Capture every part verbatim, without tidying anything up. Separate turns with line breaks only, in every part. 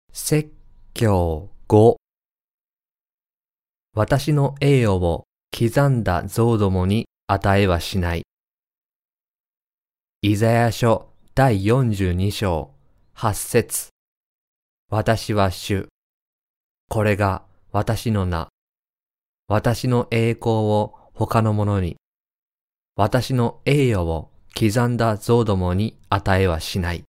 説教ご。私の栄誉を刻んだ像どもに与えはしない。イザヤ書だいよんじゅうに章はち節。私は主。これが私の名。私の栄光を他の者に、私の栄誉を刻んだ像どもに与えはしない。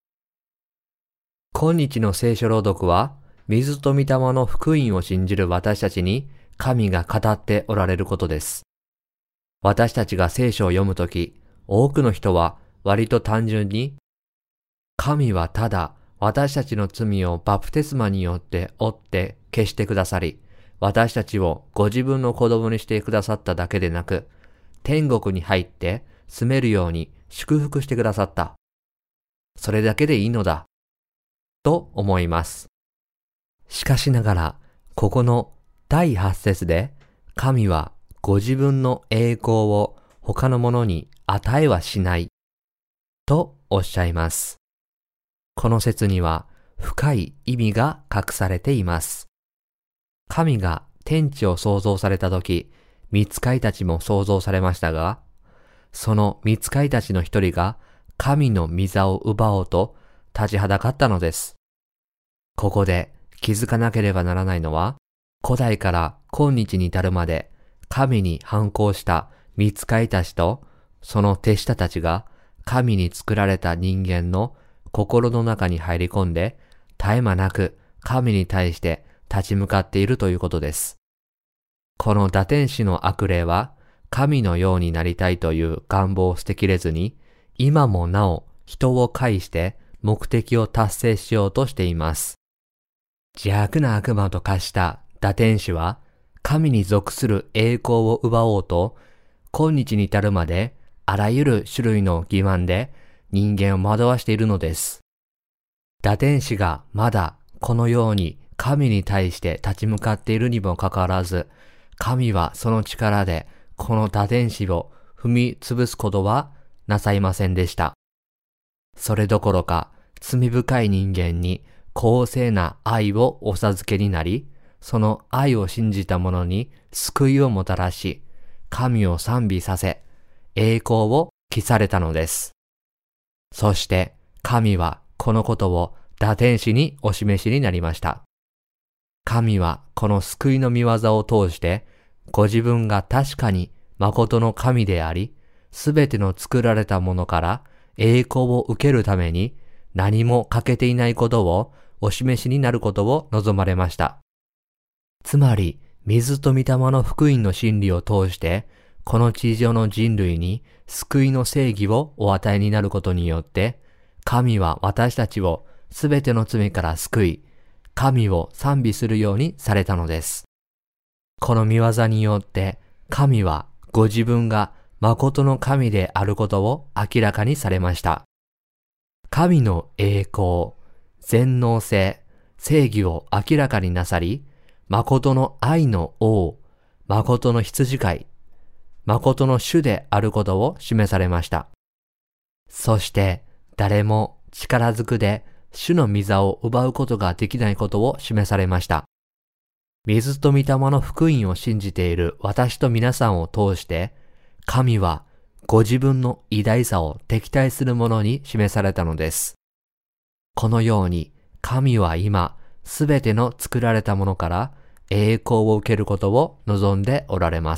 今日の聖書朗読は、水と御霊の福音を信じる私たちに神が語っておられることです。私たちが聖書を読むとき、多くの人は割と単純に、神はただ私たちの罪をバプテスマによって負って消してくださり、私たちをご自分の子供にしてくださっただけでなく、天国に入って住めるように祝福してくださった。それだけでいいのだ。と思います。しかしながら、ここのだいはち節で、神はご自分の栄光を他の者に与えはしない。とおっしゃいます。この説には深い意味が隠されています。神が天地を創造されたとき、御使いたちも創造されましたが、その御使いたちの一人が神の御座を奪おうと立ちはだかったのです。ここで気づかなければならないのは、古代から今日に至るまで神に反抗した御使いたちとその手下たちが神に作られた人間の心の中に入り込んで絶え間なく神に対して立ち向かっているということです。この堕天使の悪霊は神のようになりたいという願望を捨てきれずに、今もなお人を介して目的を達成しようとしています。邪悪な悪魔と化した堕天使は神に属する栄光を奪おうと今日に至るまであらゆる種類の欺瞞で人間を惑わしているのです。堕天使がまだこのように神に対して立ち向かっているにもかかわらず、神はその力でこの堕天使を踏み潰すことはなさいませんでした。それどころか罪深い人間に公正な愛をお授けになり、その愛を信じた者に救いをもたらし、神を賛美させ、栄光を期されたのです。そして神はこのことを堕天使にお示しになりました。神はこの救いの御業を通して、ご自分が確かに誠の神であり、すべての作られたものから栄光を受けるために何も欠けていないことをお示しになることを望まれました。つまり、水と御霊の福音の真理を通して、この地上の人類に救いの正義をお与えになることによって、神は私たちをすべての罪から救い、神を賛美するようにされたのです。この御業によって、神はご自分が誠の神であることを明らかにされました。神の栄光、全能性、正義を明らかになさり、誠の愛の王、誠の羊飼い、誠の主であることを示されました。そして誰も力ずくで主の御座を奪うことができないことを示されました。水と御霊の福音を信じている私と皆さんを通して、神はご自分の偉大さを敵対する者に示されたのです。このように神は今すべての作られたものから栄光を受けることを望んでおられます。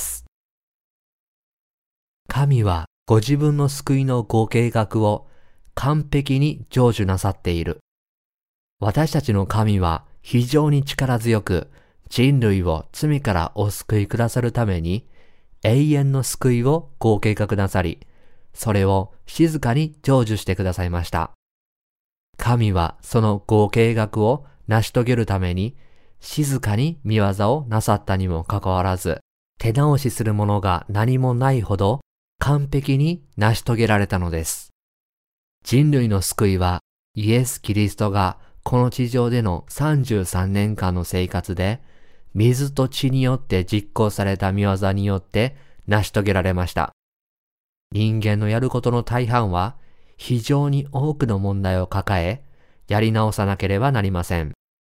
神はご自分の救いのご計画を完璧に成就なさっている。私たちの神は非常に力強く人類を罪からお救いくださるために永遠の救いをご計画なさり、それを静かに成就してくださいました。神はそのご計画を成し遂げるために静かに御業をなさったにもかかわらず、手直しするものが何もないほど完璧に成し遂げられたのです。人類の救いはイエス・キリストがこの地上でのさんじゅうさんねんかんの生活で水と血によって実行された御業によって成し遂げられました。人間のやることの大半は非常に多くの問題を抱え、やり直さなければなりません。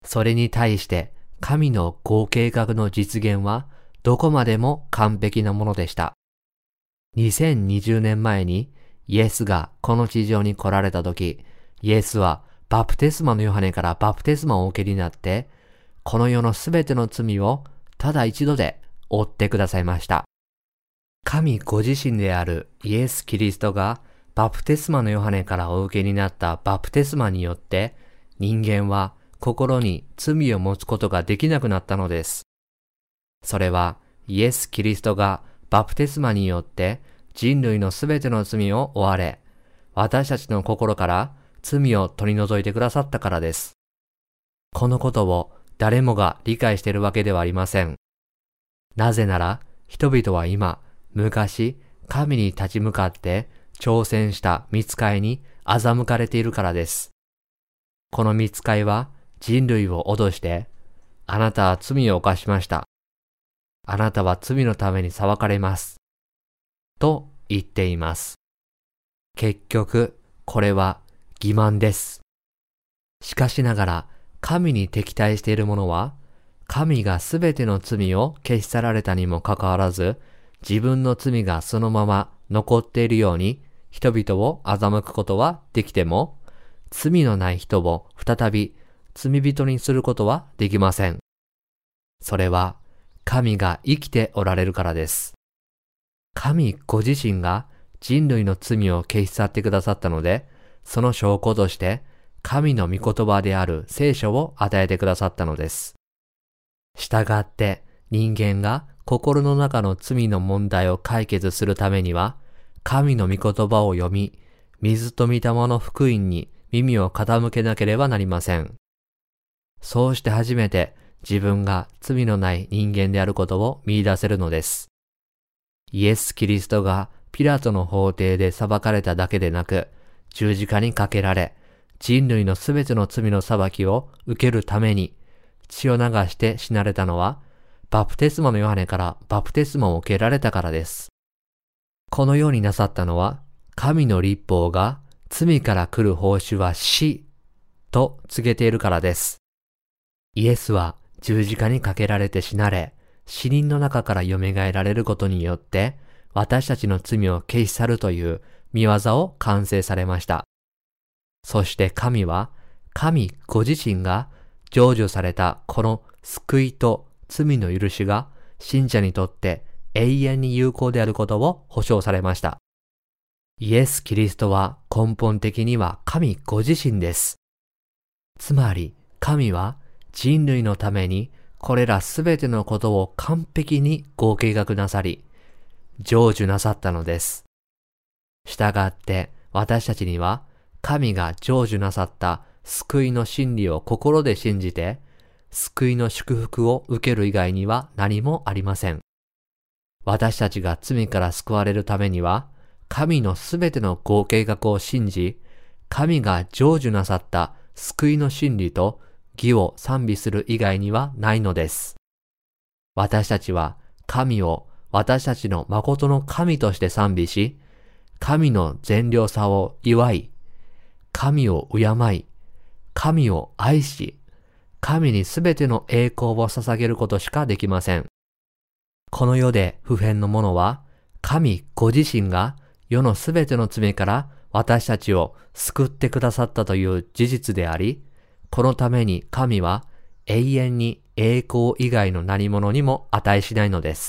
それに対して神のご計画の実現はどこまでも完璧なものでした。にせんにじゅうねんまえにイエスがこの地上に来られた時、イエスはバプテスマのヨハネからバプテスマをお受けになって、この世のすべての罪をただ一度で負ってくださいました。神ご自身であるイエス・キリストがバプテスマのヨハネからお受けになったバプテスマによって、人間は心に罪を持つことができなくなったのです。それはイエス・キリストがバプテスマによって人類のすべての罪を負われ、私たちの心から罪を取り除いてくださったからです。このことを誰もが理解しているわけではありません。なぜなら、人々は今、昔、神に立ち向かって挑戦した御使いに欺かれているからです。この御使いは人類を脅して、あなたは罪を犯しました。あなたは罪のために裁かれます。と言っています。結局、これは欺瞞です。しかしながら、神に敵対している者は、神がすべての罪を消し去られたにもかかわらず、自分の罪がそのまま残っているように、人々を欺くことはできても、罪のない人を再び罪人にすることはできません。それは、神が生きておられるからです。神ご自身が人類の罪を消し去ってくださったので、その証拠として、神の御言葉である聖書を与えてくださったのです。したがって人間が心の中の罪の問題を解決するためには、神の御言葉を読み、水と御霊の福音に耳を傾けなければなりません。そうして初めて自分が罪のない人間であることを見出せるのです。イエス・キリストがピラトの法廷で裁かれただけでなく、十字架にかけられ、人類のすべての罪の裁きを受けるために血を流して死なれたのは、バプテスマのヨハネからバプテスマを受けられたからです。このようになさったのは、神の律法が罪から来る報酬は死と告げているからです。イエスは十字架にかけられて死なれ、死人の中から蘇られることによって、私たちの罪を消し去るという御業を完成されました。そして神は、神ご自身が成就されたこの救いと罪の許しが信者にとって永遠に有効であることを保証されました。イエス・キリストは根本的には神ご自身です。つまり神は人類のためにこれらすべてのことを完璧にご計画なさり、成就なさったのです。したがって私たちには神が成就なさった救いの真理を心で信じて、救いの祝福を受ける以外には何もありません。私たちが罪から救われるためには、神のすべてのご計画を信じ、神が成就なさった救いの真理と義を賛美する以外にはないのです。私たちは神を私たちの誠の神として賛美し、神の善良さを祝い、神を敬い、神を愛し、神にすべての栄光を捧げることしかできません。この世で不変のものは、神ご自身が世のすべての罪から私たちを救ってくださったという事実であり、このために神は永遠に栄光以外の何者にも値しないのです。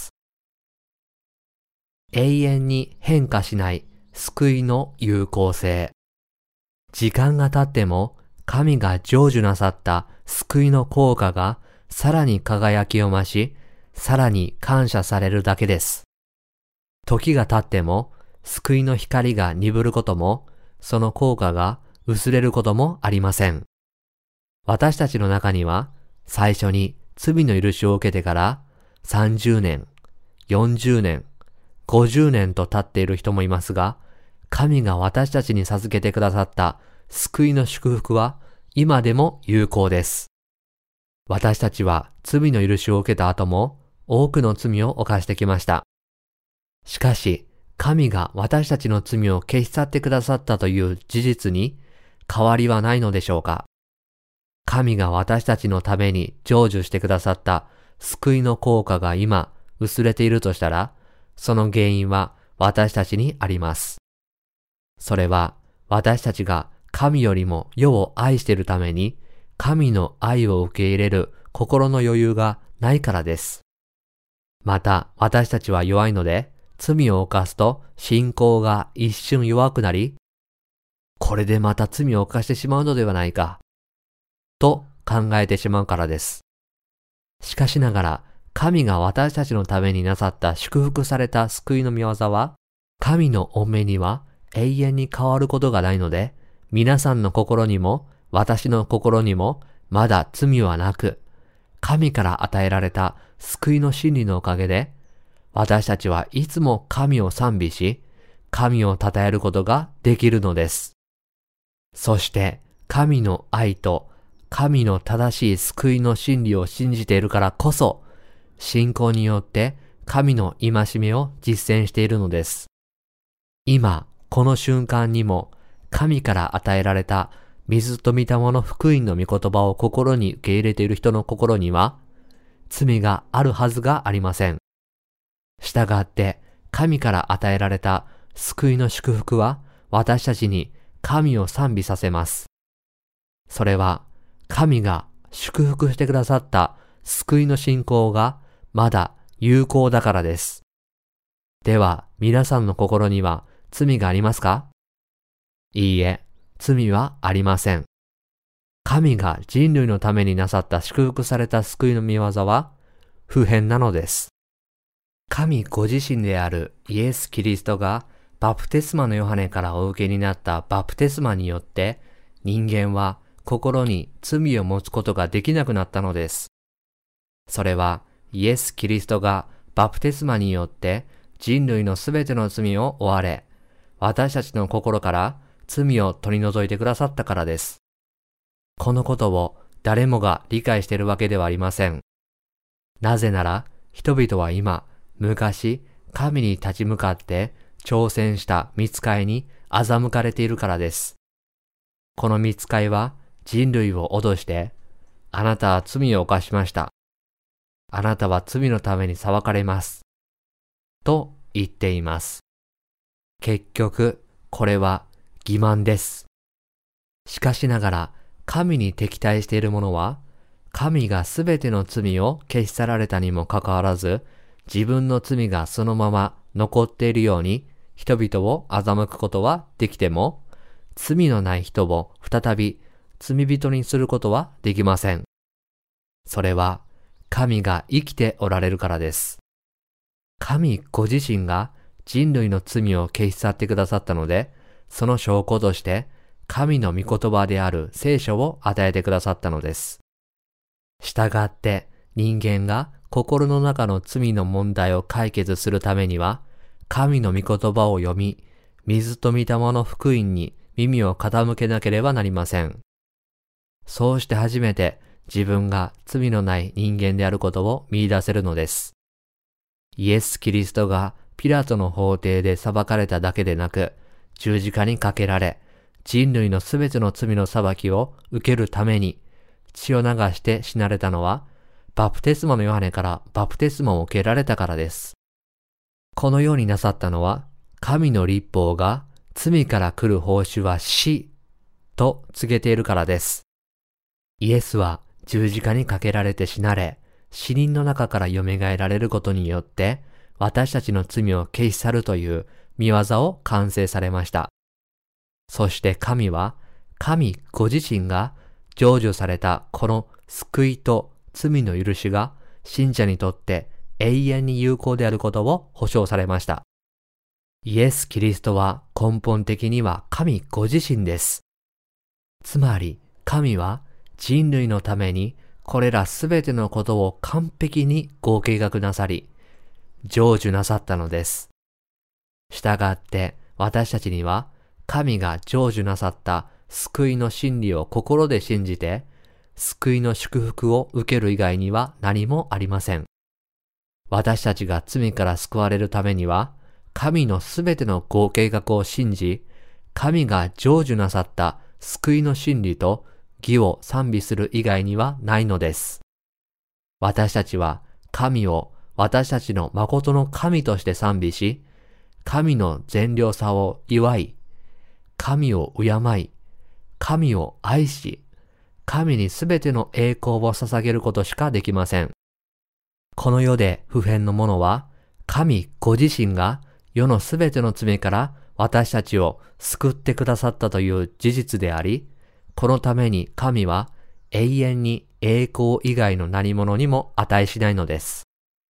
永遠に変化しない救いの有効性。時間が経っても神が成就なさった救いの効果がさらに輝きを増し、さらに感謝されるだけです。時が経っても救いの光が鈍ることも、その効果が薄れることもありません。私たちの中には最初に罪の許しを受けてからさんじゅうねん、よんじゅうねん、ごじゅうねんと経っている人もいますが、神が私たちに授けてくださった救いの祝福は今でも有効です。私たちは罪の許しを受けた後も多くの罪を犯してきました。しかし、神が私たちの罪を消し去ってくださったという事実に変わりはないのでしょうか。 神が私たちのために成就してくださった救いの効果が今薄れているとしたら、その原因は私たちにあります。それは私たちが神よりも世を愛しているために、神の愛を受け入れる心の余裕がないからです。また私たちは弱いので、罪を犯すと信仰が一瞬弱くなり、これでまた罪を犯してしまうのではないか、と考えてしまうからです。しかしながら、神が私たちのためになさった祝福された救いの御業は、神の御目には永遠に変わることがないので、皆さんの心にも私の心にもまだ罪はなく、神から与えられた救いの真理のおかげで、私たちはいつも神を賛美し、神を称えることができるのです。そして神の愛と神の正しい救いの真理を信じているからこそ、信仰によって神の戒めを実践しているのです。今、この瞬間にも神から与えられた水と御霊の福音の御言葉を心に受け入れている人の心には、罪があるはずがありません。したがって、神から与えられた救いの祝福は私たちに神を賛美させます。それは、神が祝福してくださった救いの信仰がまだ有効だからです。では、皆さんの心には罪がありますか？いいえ、罪はありません。神が人類のためになさった祝福された救いの御業は不変なのです。神ご自身であるイエス・キリストがバプテスマのヨハネからお受けになったバプテスマによって人間は心に罪を持つことができなくなったのです。それはイエス・キリストがバプテスマによって人類のすべての罪を負われ、私たちの心から罪を取り除いてくださったからです。このことを誰もが理解しているわけではありません。なぜなら人々は今、昔神に立ち向かって挑戦した御使いに欺かれているからです。この御使いは人類を脅して、あなたは罪を犯しました。あなたは罪のために裁かれます。と言っています。結局、これは欺瞞です。しかしながら、神に敵対している者は、神がすべての罪を消し去られたにもかかわらず、自分の罪がそのまま残っているように、人々を欺くことはできても、罪のない人を再び罪人にすることはできません。それは、神が生きておられるからです。神ご自身が人類の罪を消し去ってくださったので、その証拠として、神の御言葉である聖書を与えてくださったのです。したがって人間が心の中の罪の問題を解決するためには、神の御言葉を読み、水と御霊の福音に耳を傾けなければなりません。そうして初めて自分が罪のない人間であることを見出せるのです。イエス・キリストがピラトの法廷で裁かれただけでなく、十字架にかけられ、人類のすべての罪の裁きを受けるために血を流して死なれたのは、バプテスマのヨハネからバプテスマを受けられたからです。このようになさったのは、神の律法が罪から来る報酬は死と告げているからです。イエスは十字架にかけられて死なれ、死人の中から蘇られることによって、私たちの罪を消し去るという御業を完成されました。そして神は、神ご自身が成就されたこの救いと罪の許しが信者にとって永遠に有効であることを保証されました。イエス・キリストは根本的には神ご自身です。つまり神は人類のためにこれらすべてのことを完璧にご計画なさり、成就なさったのです。したがって私たちには神が成就なさった救いの真理を心で信じて、救いの祝福を受ける以外には何もありません。私たちが罪から救われるためには、神のすべてのご計画を信じ、神が成就なさった救いの真理と義を賛美する以外にはないのです。私たちは神を私たちの誠の神として賛美し、神の善良さを祝い、神を敬い、神を愛し、神にすべての栄光を捧げることしかできません。この世で不偏の者は、神ご自身が世のすべての罪から私たちを救ってくださったという事実であり、このために神は永遠に栄光以外の何者にも値しないのです。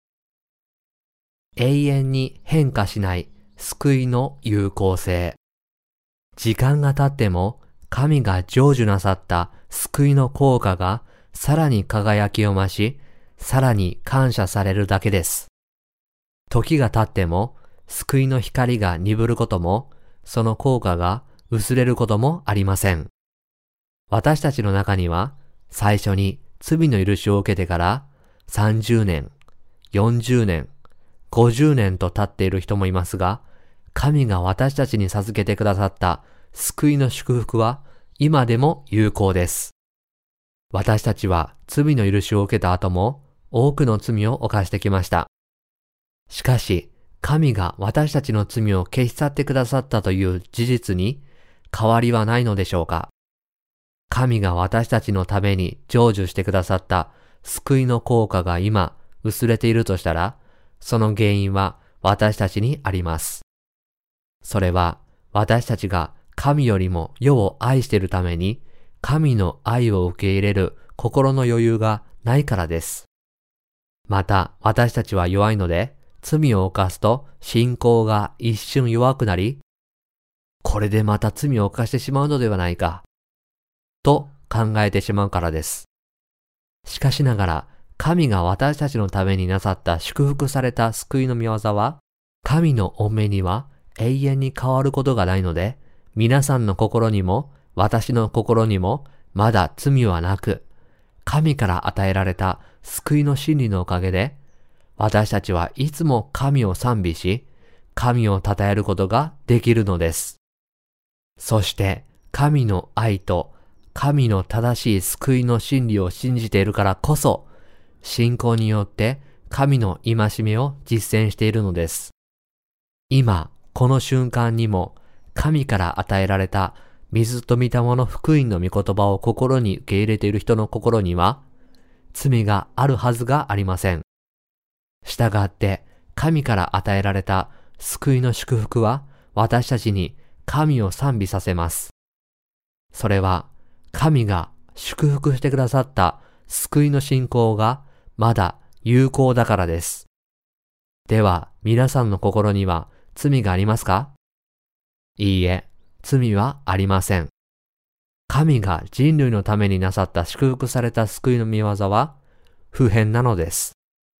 永遠に変化しない救いの有効性。時間が経っても神が成就なさった救いの効果がさらに輝きを増し、さらに感謝されるだけです。時が経っても救いの光が鈍ることも、その効果が薄れることもありません。私たちの中には最初に罪の許しを受けてからさんじゅうねん、よんじゅうねん、ごじゅうねんと経っている人もいますが、神が私たちに授けてくださった救いの祝福は今でも有効です。私たちは罪の許しを受けた後も多くの罪を犯してきました。しかし、神が私たちの罪を消し去ってくださったという事実に変わりはないのでしょうか。神が私たちのために成就してくださった救いの効果が今薄れているとしたら、その原因は私たちにあります。それは私たちが神よりも世を愛しているために、神の愛を受け入れる心の余裕がないからです。また私たちは弱いので、罪を犯すと信仰が一瞬弱くなり、これでまた罪を犯してしまうのではないか、と考えてしまうからです。しかしながら、神が私たちのためになさった祝福された救いの御業は、神の御目には永遠に変わることがないので、皆さんの心にも私の心にもまだ罪はなく、神から与えられた救いの真理のおかげで、私たちはいつも神を賛美し、神を称えることができるのです。そして神の愛と神の正しい救いの真理を信じているからこそ、信仰によって神の戒めを実践しているのです。今、この瞬間にも神から与えられた水と御霊の福音の御言葉を心に受け入れている人の心には、罪があるはずがありません。したがって、神から与えられた救いの祝福は私たちに神を賛美させます。それは、神が祝福してくださった救いの信仰がまだ有効だからです。では、皆さんの心には罪がありますか？いいえ、罪はありません。神が人類のためになさった祝福された救いの御業は不変なのです。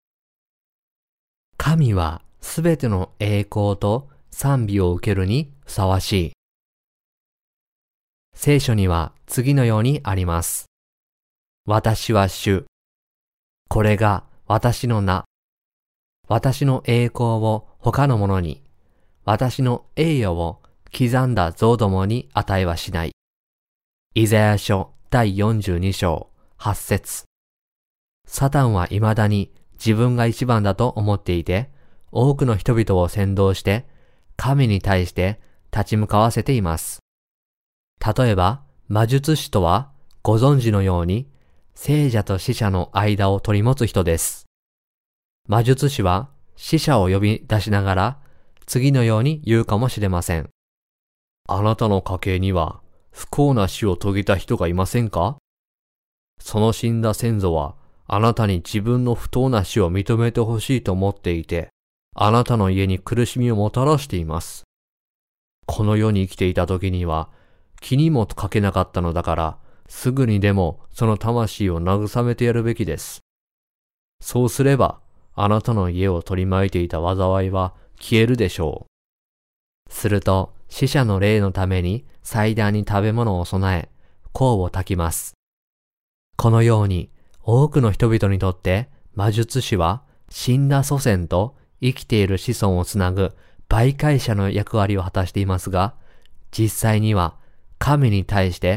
神はすべての栄光と賛美を受けるにふさわしい。聖書には次のようにあります。私は主。これが私の名。私の栄光を他の者に、私の栄誉を刻んだ像どもに与えはしない。イザヤ書だいよんじゅうに章はち節。サタンは未だに自分が一番だと思っていて、多くの人々を扇動して、神に対して立ち向かわせています。例えば、魔術師とはご存知のように、聖者と死者の間を取り持つ人です。魔術師は死者を呼び出しながら、次のように言うかもしれません。あなたの家系には不幸な死を遂げた人がいませんか？その死んだ先祖はあなたに自分の不当な死を認めてほしいと思っていて、あなたの家に苦しみをもたらしています。この世に生きていた時には気にもかけなかったのだから、すぐにでもその魂を慰めてやるべきです。そうすれば、あなたの家を取り巻いていた災いは消えるでしょう。すると、死者の霊のために祭壇に食べ物を備え、香を焚きます。このように、多くの人々にとって魔術師は死んだ祖先と生きている子孫をつなぐ媒介者の役割を果たしていますが、実際には神に対して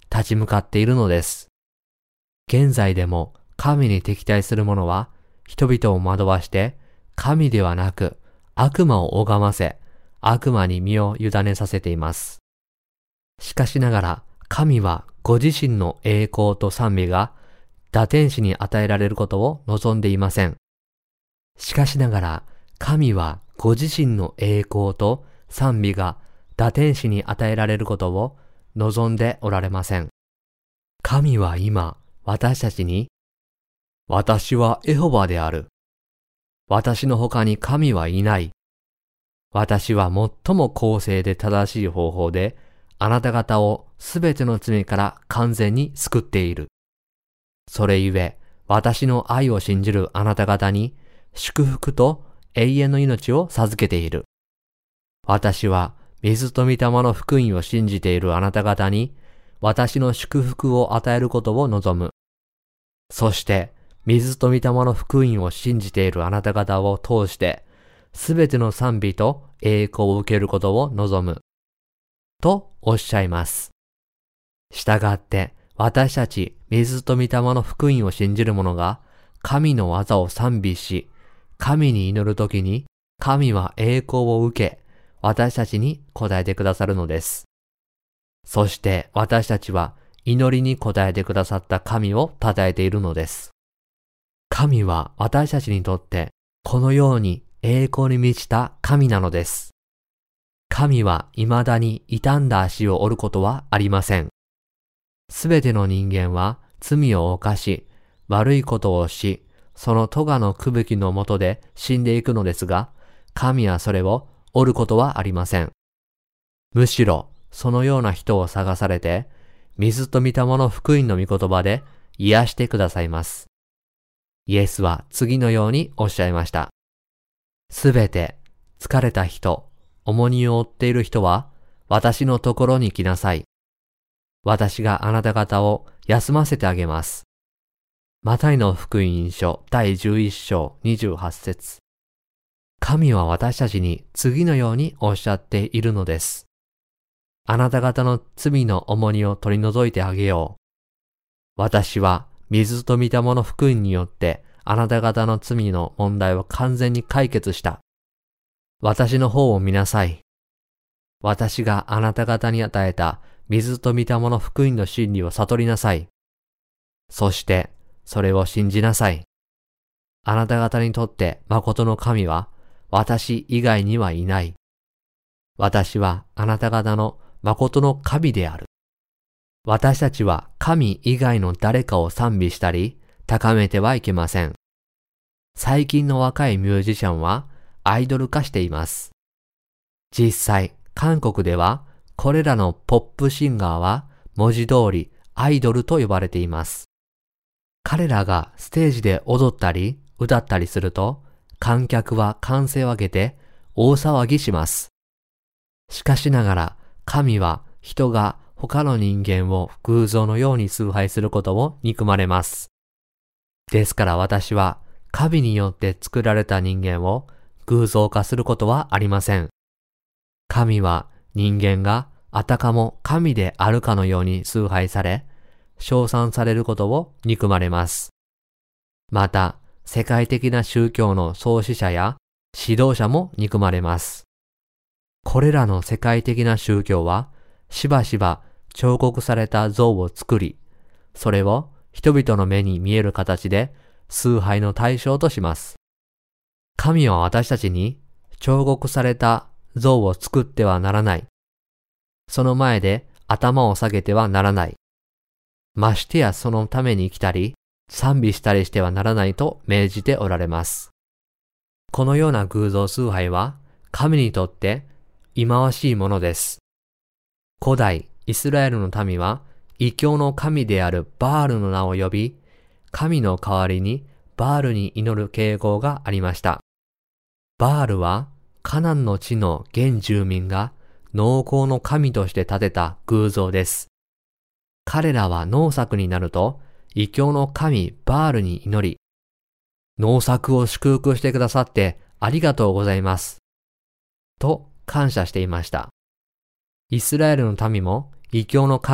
立ち向かっているのです。現在でも神に敵対する者は人々を惑わして神ではなく悪魔を拝ませ、悪魔に身を委ねさせています。しかしながら神はご自身の栄光と賛美が堕天使に与えられることを望んでいません。しかしながら神はご自身の栄光と賛美が堕天使に与えられることを望んでおられません。神は今私たちに、私はエホバである。私の他に神はいない。私は最も公正で正しい方法であなた方をすべての罪から完全に救っている。それゆえ、私の愛を信じるあなた方に祝福と永遠の命を授けている。私は水と御霊の福音を信じているあなた方に私の祝福を与えることを望む。そして、水と御霊の福音を信じているあなた方を通して、すべての賛美と栄光を受けることを望む。とおっしゃいます。したがって、私たち水と御霊の福音を信じる者が、神の技を賛美し、神に祈るときに、神は栄光を受け、私たちに答えてくださるのです。そして私たちは祈りに答えてくださった神を称えているのです。神は私たちにとってこのように栄光に満ちた神なのです。神は未だに傷んだ足を折ることはありません。すべての人間は罪を犯し、悪いことをし、その咎の吹雪の下で死んでいくのですが、神はそれを折ることはありません。むしろ、そのような人を探されて、水と御霊の福音の御言葉で癒してくださいます。イエスは次のようにおっしゃいました。すべて疲れた人、重荷を負っている人は、私のところに来なさい。私があなた方を休ませてあげます。マタイの福音書第じゅういっ章にじゅうはち節。神は私たちに次のようにおっしゃっているのです。あなた方の罪の重荷を取り除いてあげよう。私は水と御霊の福音によってあなた方の罪の問題を完全に解決した。私の方を見なさい。私があなた方に与えた水と御霊の福音の真理を悟りなさい。そしてそれを信じなさい。あなた方にとって誠の神は私以外にはいない。私はあなた方の誠の神である。私たちは神以外の誰かを賛美したり高めてはいけません。最近の若いミュージシャンはアイドル化しています。実際、韓国ではこれらのポップシンガーは文字通りアイドルと呼ばれています。彼らがステージで踊ったり歌ったりすると観客は歓声を上げて大騒ぎします。しかしながら神は人が他の人間を偶像のように崇拝することを憎まれます。ですから私は神によって作られた人間を偶像化することはありません。神は人間があたかも神であるかのように崇拝され、称賛されることを憎まれます。また、世界的な宗教の創始者や指導者も憎まれます。これらの世界的な宗教は、しばしば彫刻された像を作り、それを人々の目に見える形で崇拝の対象とします。神は私たちに彫刻された像を作ってはならない。その前で頭を下げてはならない。ましてやそのために来たり、賛美したりしてはならないと命じておられます。このような偶像崇拝は神にとって忌まわしいものです。古代イスラエルの民は異教の神であるバールの名を呼び、神の代わりにバールに祈る傾向がありました。バールはカナンの地の原住民が農耕の神として建てた偶像です。彼らは農作になると異教の神バールに祈り、農作を祝福してくださってありがとうございます。と感謝していました。イスラエルの民も異教の神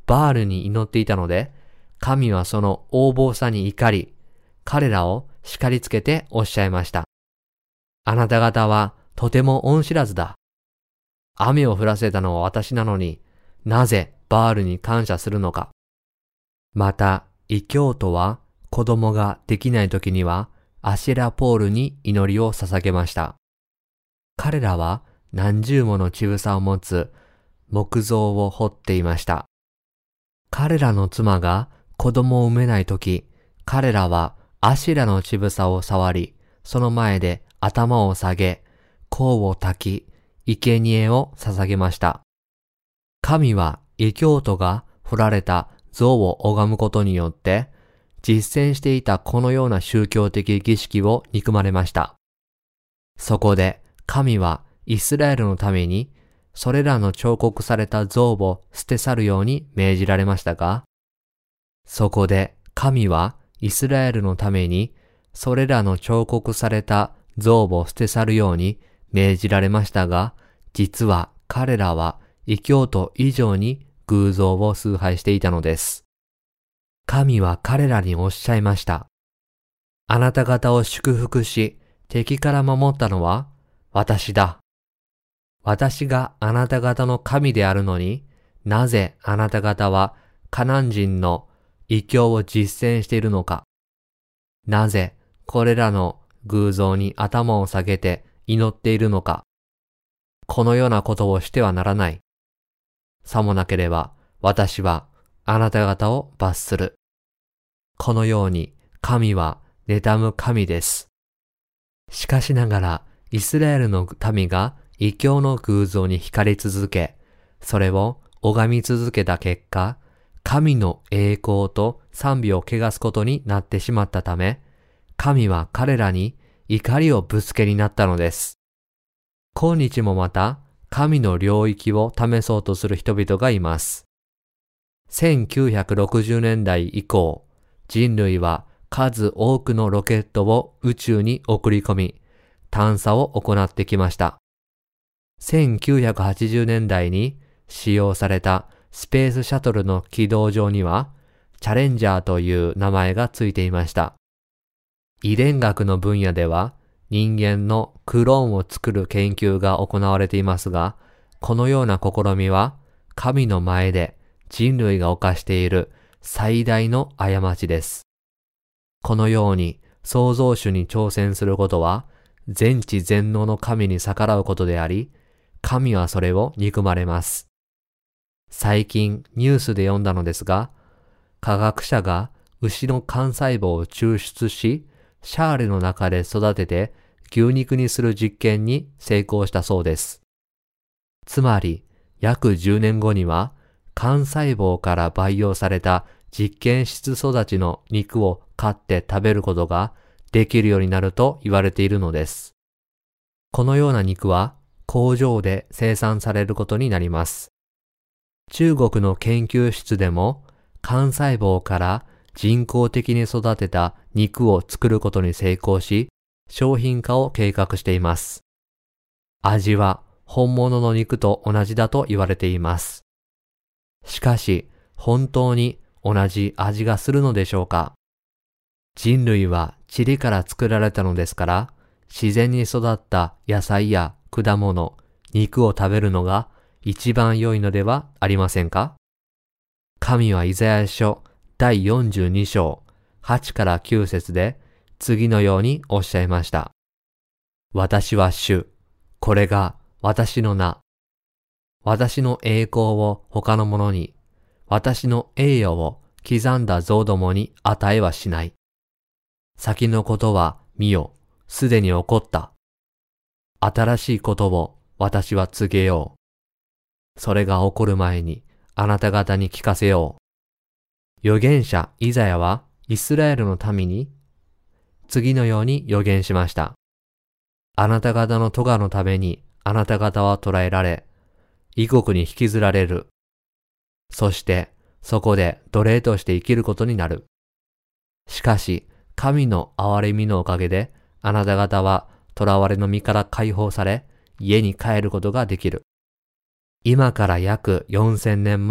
バールに祈っていたので、神はその横暴さに怒り、彼らを叱りつけておっしゃいました。あなた方はとても恩知らずだ。雨を降らせたのは私なのに、なぜバールに感謝するのか。また、異教徒は子供ができない時にはアシェラポールに祈りを捧げました。彼らは何十もの乳房を持つ木像を彫っていました。彼らの妻が子供を産めない時、彼らはアシェラの乳房を触り、その前で頭を下げ、香を焚き、生贄を捧げました。神は異教徒が彫られた像を拝むことによって、実践していたこのような宗教的儀式を憎まれました。そこで神はイスラエルのために、それらの彫刻された像を捨て去るように命じられましたが、そこで神はイスラエルのために、それらの彫刻された像を捨て去るように命じられましたが、実は彼らは異教徒以上に偶像を崇拝していたのです。神は彼らにおっしゃいました。あなた方を祝福し、敵から守ったのは私だ。私があなた方の神であるのに、なぜあなた方はカナン人の異教を実践しているのか。なぜこれらの偶像に頭を下げて祈っているのか。このようなことをしてはならない。さもなければ私はあなた方を罰する。このように神は妬む神です。しかしながらイスラエルの民が異教の偶像に惹かれ続け、それを拝み続けた結果、神の栄光と賛美を汚すことになってしまったため、神は彼らに怒りをぶつけになったのです。今日もまた神の領域を試そうとする人々がいます。せんきゅうひゃくろくじゅうねんだい以降、人類は数多くのロケットを宇宙に送り込み、探査を行ってきました。せんきゅうひゃくはちじゅうねんだいに使用されたスペースシャトルの軌道上には、チャレンジャーという名前がついていました。遺伝学の分野では、人間のクローンを作る研究が行われていますが、このような試みは、神の前で人類が犯している最大の過ちです。このように創造主に挑戦することは、全知全能の神に逆らうことであり、神はそれを憎まれます。最近ニュースで読んだのですが、科学者が牛の幹細胞を抽出し、シャーレの中で育てて牛肉にする実験に成功したそうです。つまり、約じゅうねんごには、幹細胞から培養された実験室育ちの肉を買って食べることができるようになると言われているのです。このような肉は工場で生産されることになります。中国の研究室でも幹細胞から人工的に育てた肉を作ることに成功し、商品化を計画しています。味は本物の肉と同じだと言われています。しかし、本当に同じ味がするのでしょうか？人類は塵から作られたのですから、自然に育った野菜や果物、肉を食べるのが一番良いのではありませんか？神はイザヤ書だいよんじゅうに章はちからきゅう節で次のようにおっしゃいました。私は主、これが私の名。私の栄光を他の者に、私の栄誉を刻んだ像どもに与えはしない。先のことは見よ、すでに起こった。新しいことを私は告げよう。それが起こる前にあなた方に聞かせよう。預言者イザヤはイスラエルの民に次のように預言しました。あなた方の咎のためにあなた方は捕らえられ、異国に引きずられる。そしてそこで奴隷として生きることになる。しかし神の憐れみのおかげであなた方は囚われの身から解放され、家に帰ることができる。今から約よんせんねんまえ、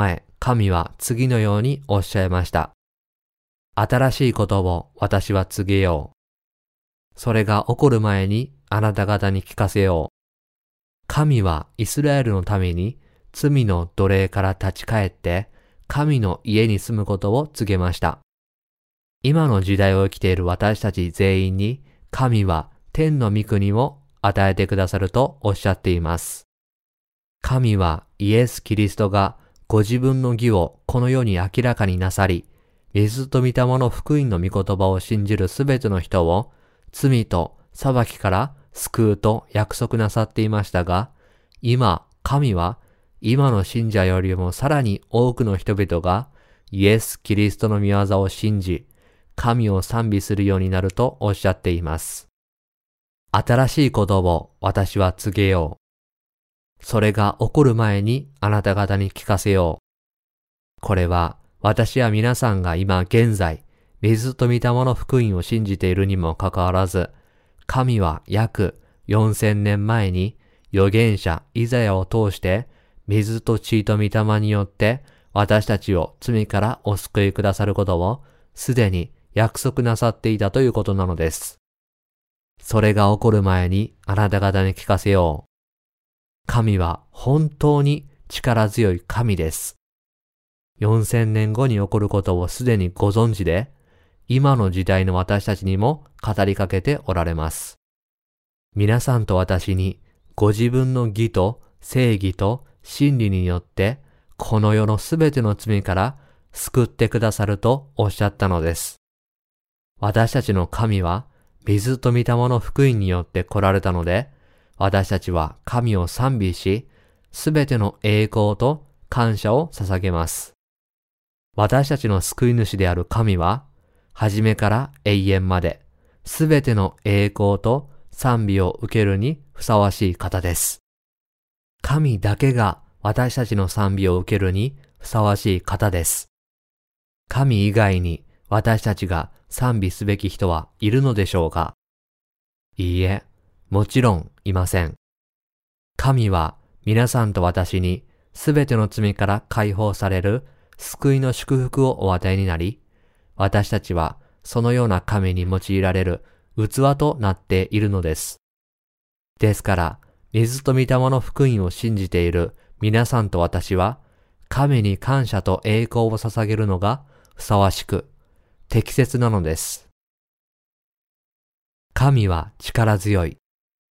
神は次のようにおっしゃいました。新しいことを私は告げよう。それが起こる前にあなた方に聞かせよう。神はイスラエルのために罪の奴隷から立ち返って神の家に住むことを告げました。今の時代を生きている私たち全員に神は天の御国を与えてくださるとおっしゃっています。神はイエス・キリストがご自分の義をこの世に明らかになさり、水と御霊の福音の御言葉を信じるすべての人を罪と裁きから救うと約束なさっていましたが、今、神は今の信者よりもさらに多くの人々がイエス・キリストの御業を信じ、神を賛美するようになるとおっしゃっています。新しいことを私は告げよう。それが起こる前にあなた方に聞かせよう。これは私や皆さんが今現在、水と御霊の福音を信じているにもかかわらず、神は約よんせんねんまえに預言者イザヤを通して水と血と御霊によって私たちを罪からお救いくださることをすでに約束なさっていたということなのです。それが起こる前にあなた方に聞かせよう。神は本当に力強い神です。よんせんねんごに起こることをすでにご存知で、今の時代の私たちにも語りかけておられます。皆さんと私にご自分の義と正義と真理によってこの世のすべての罪から救ってくださるとおっしゃったのです。私たちの神は水と御霊の福音によって来られたので、私たちは神を賛美し、すべての栄光と感謝を捧げます。私たちの救い主である神は、初めから永遠まで、すべての栄光と賛美を受けるにふさわしい方です。神だけが私たちの賛美を受けるにふさわしい方です。神以外に私たちが賛美すべき人はいるのでしょうか？いいえ、もちろんいません。神は皆さんと私にすべての罪から解放される救いの祝福をお与えになり、私たちはそのような神に用いられる器となっているのです。ですから、水と御霊の福音を信じている皆さんと私は、神に感謝と栄光を捧げるのがふさわしく、適切なのです。神は力強い。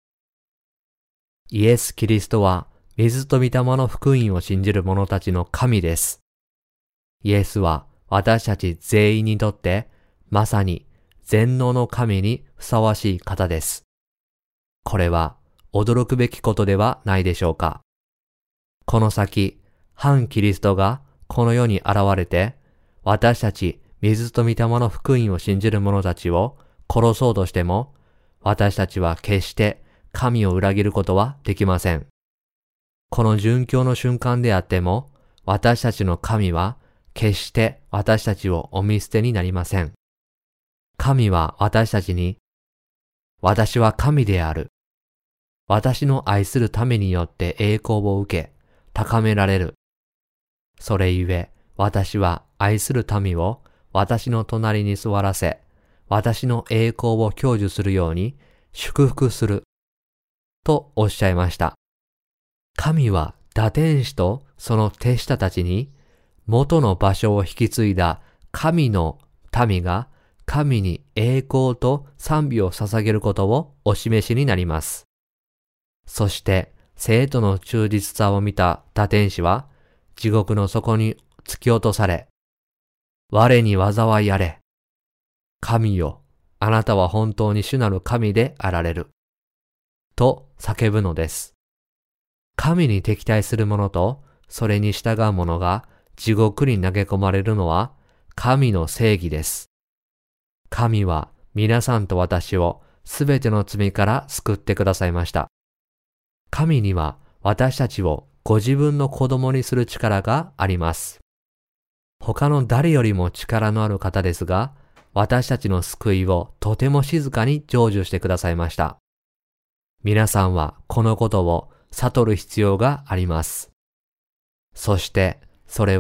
イエス・キリストは水と御霊の福音を信じる者たちの神です。イエスは私たち全員にとってまさに全能の神にふさわしい方です。これは驚くべきことではないでしょうか。この先、反キリストがこの世に現れて、私たち水と御霊の福音を信じる者たちを殺そうとしても、私たちは決して神を裏切ることはできません。この殉教の瞬間であっても、私たちの神は決して私たちをお見捨てになりません。神は私たちに、私は神である。私の愛するためによって栄光を受け、高められる。それゆえ、私は愛する民を私の隣に座らせ、私の栄光を享受するように祝福する。とおっしゃいました。神は堕天使とその手下たちに、元の場所を引き継いだ神の民が神に栄光と賛美を捧げることをお示しになります。そして生徒の忠実さを見た堕天使は地獄の底に突き落とされ、我に災いあれ。神よ、あなたは本当に主なる神であられる。と叫ぶのです。神に敵対する者とそれに従う者が地獄に投げ込まれるのは神の正義です。神は皆さんと私をすべての罪から救ってくださいました。神には私たちをご自分の子供にする力があります。他の誰よりも力のある方ですが、私たちの救いをとても静かに成就してくださいました。皆さんはこのことを悟る必要があります。そしてそれを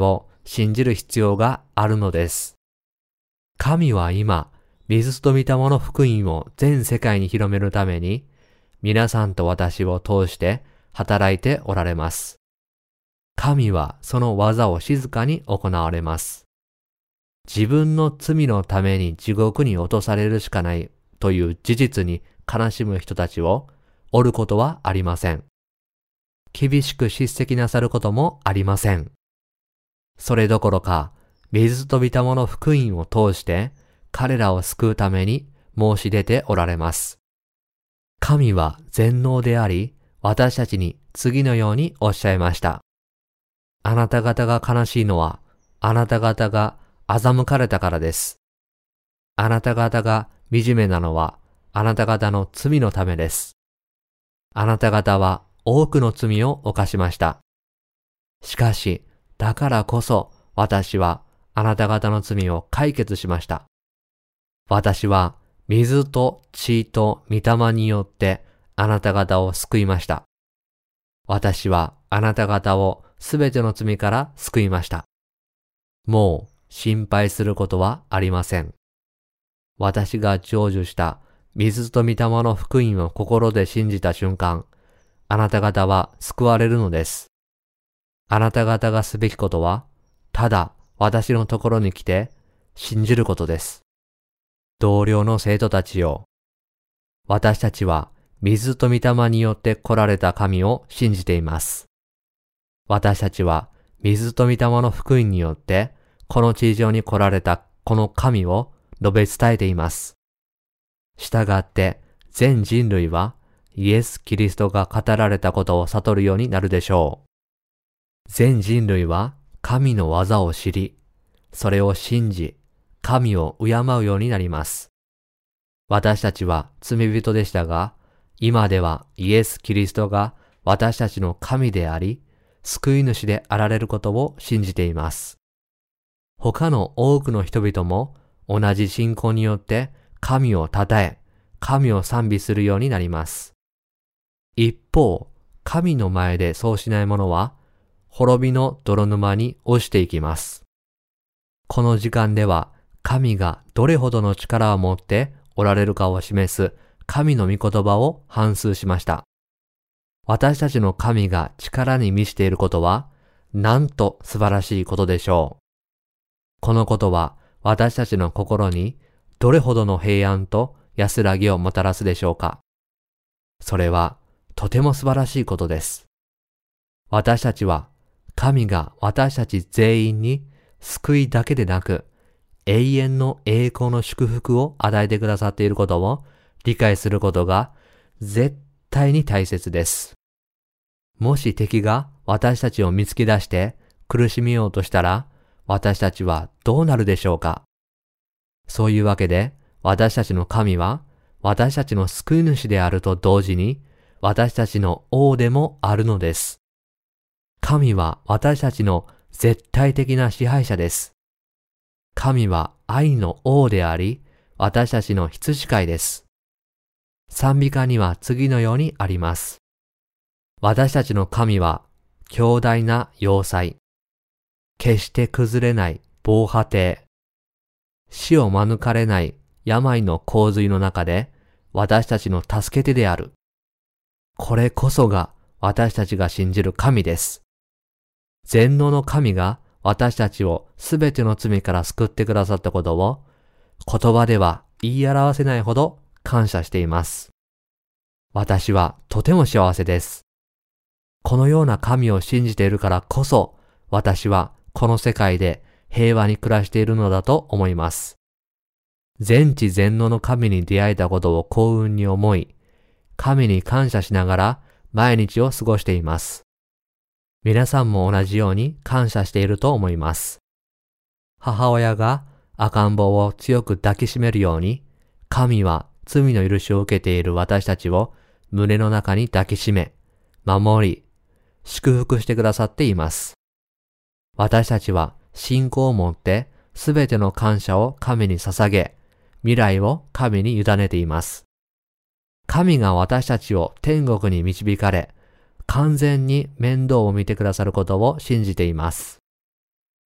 信じる必要があるのです。神は今、水と御霊の福音を全世界に広めるために、皆さんと私を通して働いておられます。神はその技を静かに行われます。自分の罪のために地獄に落とされるしかないという事実に悲しむ人たちを折ることはありません。厳しく叱責なさることもありません。それどころか、水と御霊の福音を通して彼らを救うために申し出ておられます。神は全能であり、私たちに次のようにおっしゃいました。あなた方が悲しいのは、あなた方が欺かれたからです。あなた方が惨めなのは、あなた方の罪のためです。あなた方は多くの罪を犯しました。しかし、だからこそ私はあなた方の罪を解決しました。私は水と血と御霊によってあなた方を救いました。私はあなた方をすべての罪から救いました。もう心配することはありません。私が成就した水と御霊の福音を心で信じた瞬間、あなた方は救われるのです。あなた方がすべきことは、ただ私のところに来て信じることです。同僚の生徒たちよ、私たちは水と御霊によって来られた神を信じています。私たちは水と御霊の福音によってこの地上に来られたこの神を述べ伝えています。したがって全人類はイエス・キリストが語られたことを悟るようになるでしょう。全人類は神の技を知り、それを信じ、神を敬うようになります。私たちは罪人でしたが、今ではイエス・キリストが私たちの神であり、救い主であられることを信じています。他の多くの人々も同じ信仰によって神を称え、神を賛美するようになります。一方、神の前でそうしない者は、滅びの泥沼に落ちていきます。この時間では、神がどれほどの力を持っておられるかを示す神の御言葉を反芻しました。私たちの神が力に満ちていることは、なんと素晴らしいことでしょう。このことは私たちの心にどれほどの平安と安らぎをもたらすでしょうか。それはとても素晴らしいことです。私たちは神が私たち全員に救いだけでなく、永遠の栄光の祝福を与えてくださっていることを理解することが絶対に大切です。もし敵が私たちを見つけ出して苦しめようとしたら、私たちはどうなるでしょうか。そういうわけで、私たちの神は私たちの救い主であると同時に、私たちの王でもあるのです。神は私たちの絶対的な支配者です。神は愛の王であり、私たちの羊飼いです。賛美歌には次のようにあります。私たちの神は強大な要塞、決して崩れない防波堤、死を免れない病の洪水の中で私たちの助け手である。これこそが私たちが信じる神です。全能の神が私たちをすべての罪から救ってくださったことを言葉では言い表せないほど感謝しています。私はとても幸せです。このような神を信じているからこそ、私はこの世界で平和に暮らしているのだと思います。全知全能の神に出会えたことを幸運に思い、神に感謝しながら毎日を過ごしています。皆さんも同じように感謝していると思います。母親が赤ん坊を強く抱きしめるように、神は罪の許しを受けている私たちを胸の中に抱きしめ、守り、祝福してくださっています。私たちは信仰を持ってすべての感謝を神に捧げ、未来を神に委ねています。神が私たちを天国に導かれ、完全に面倒を見てくださることを信じています。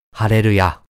ハレルヤ。